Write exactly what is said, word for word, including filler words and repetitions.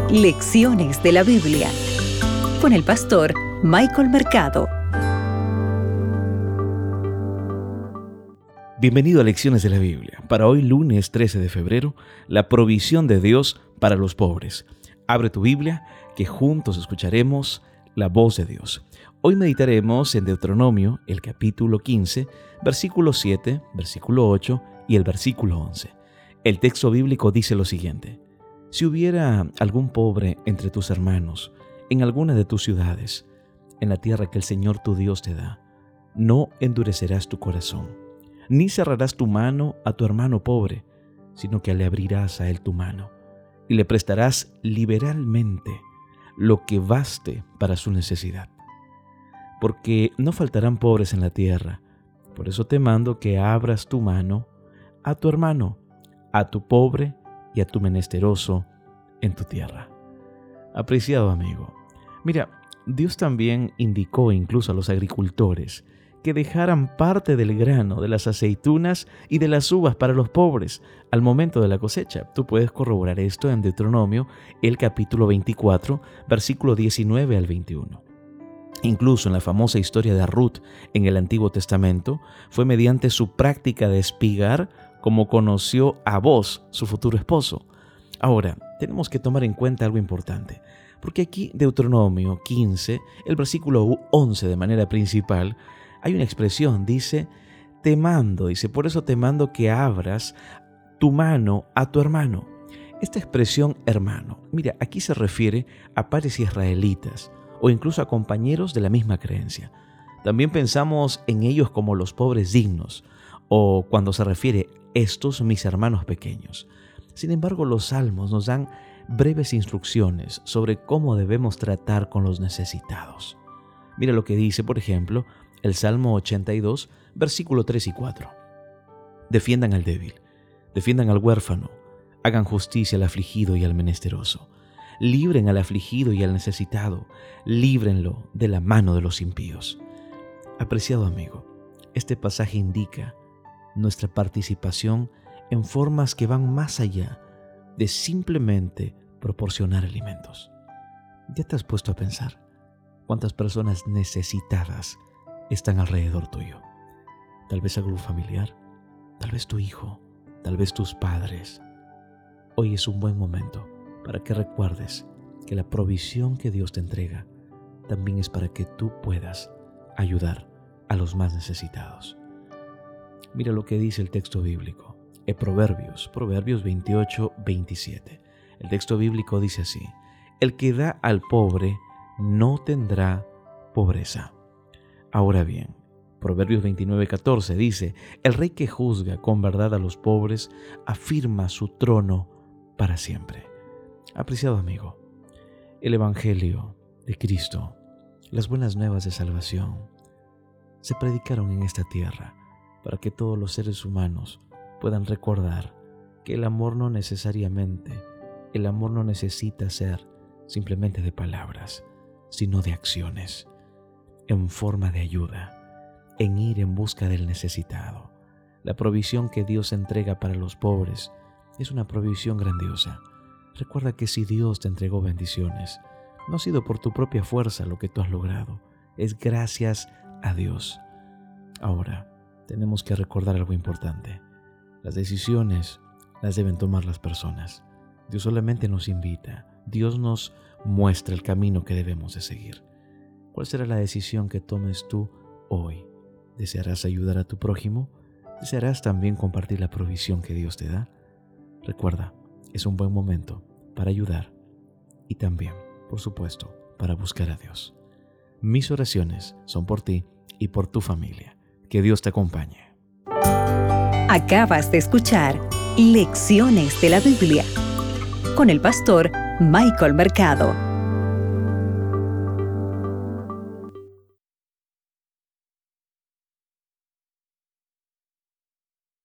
Lecciones de la Biblia con el pastor Michael Mercado. Bienvenido a Lecciones de la Biblia. Para hoy, lunes trece de febrero, la provisión de Dios para los pobres. Abre tu Biblia, que juntos escucharemos la voz de Dios. Hoy meditaremos en Deuteronomio, el capítulo quince, versículo siete, versículo ocho y el versículo once. El texto bíblico dice lo siguiente: Si hubiera algún pobre entre tus hermanos, en alguna de tus ciudades, en la tierra que el Señor tu Dios te da, no endurecerás tu corazón, ni cerrarás tu mano a tu hermano pobre, sino que le abrirás a él tu mano, y le prestarás liberalmente lo que baste para su necesidad. Porque no faltarán pobres en la tierra, por eso te mando que abras tu mano a tu hermano, a tu pobre y a tu menesteroso en tu tierra. Apreciado amigo, mira, Dios también indicó incluso a los agricultores que dejaran parte del grano, de las aceitunas y de las uvas para los pobres al momento de la cosecha. Tú puedes corroborar esto en Deuteronomio, el capítulo veinticuatro, versículo diecinueve al veintiuno. Incluso en la famosa historia de Ruth en el Antiguo Testamento, fue mediante su práctica de espigar como conoció a Booz, su futuro esposo. Ahora, tenemos que tomar en cuenta algo importante, porque aquí Deuteronomio quince, el versículo once de manera principal, hay una expresión, dice, te mando, dice, por eso te mando que abras tu mano a tu hermano. Esta expresión hermano, mira, aquí se refiere a pares israelitas o incluso a compañeros de la misma creencia. También pensamos en ellos como los pobres dignos, o cuando se refiere estos mis hermanos pequeños. Sin embargo, los salmos nos dan breves instrucciones sobre cómo debemos tratar con los necesitados. Mira lo que dice, por ejemplo, el Salmo ochenta y dos, versículo tres y cuatro. Defiendan al débil, defiendan al huérfano, hagan justicia al afligido y al menesteroso. Libren al afligido y al necesitado, líbrenlo de la mano de los impíos. Apreciado amigo, este pasaje indica nuestra participación en formas que van más allá de simplemente proporcionar alimentos. ¿Ya te has puesto a pensar cuántas personas necesitadas están alrededor tuyo? Tal vez algún familiar, tal vez tu hijo, tal vez tus padres. Hoy es un buen momento para que recuerdes que la provisión que Dios te entrega también es para que tú puedas ayudar a los más necesitados. Mira lo que dice el texto bíblico, en Proverbios, Proverbios veintiocho, veintisiete. El texto bíblico dice así: el que da al pobre no tendrá pobreza. Ahora bien, Proverbios veintinueve, catorce dice: el rey que juzga con verdad a los pobres afirma su trono para siempre. Apreciado amigo, el Evangelio de Cristo, las buenas nuevas de salvación, se predicaron en esta tierra para que todos los seres humanos puedan recordar que el amor no necesariamente, el amor no necesita ser simplemente de palabras, sino de acciones, en forma de ayuda, en ir en busca del necesitado. La provisión que Dios entrega para los pobres es una provisión grandiosa. Recuerda que si Dios te entregó bendiciones, no ha sido por tu propia fuerza lo que tú has logrado, es gracias a Dios. Ahora, tenemos que recordar algo importante. Las decisiones las deben tomar las personas. Dios solamente nos invita, Dios nos muestra el camino que debemos de seguir. ¿Cuál será la decisión que tomes tú hoy? ¿Desearás ayudar a tu prójimo? ¿Desearás también compartir la provisión que Dios te da? Recuerda, es un buen momento para ayudar y también, por supuesto, para buscar a Dios. Mis oraciones son por ti y por tu familia. Que Dios te acompañe. Acabas de escuchar Lecciones de la Biblia con el pastor Michael Mercado.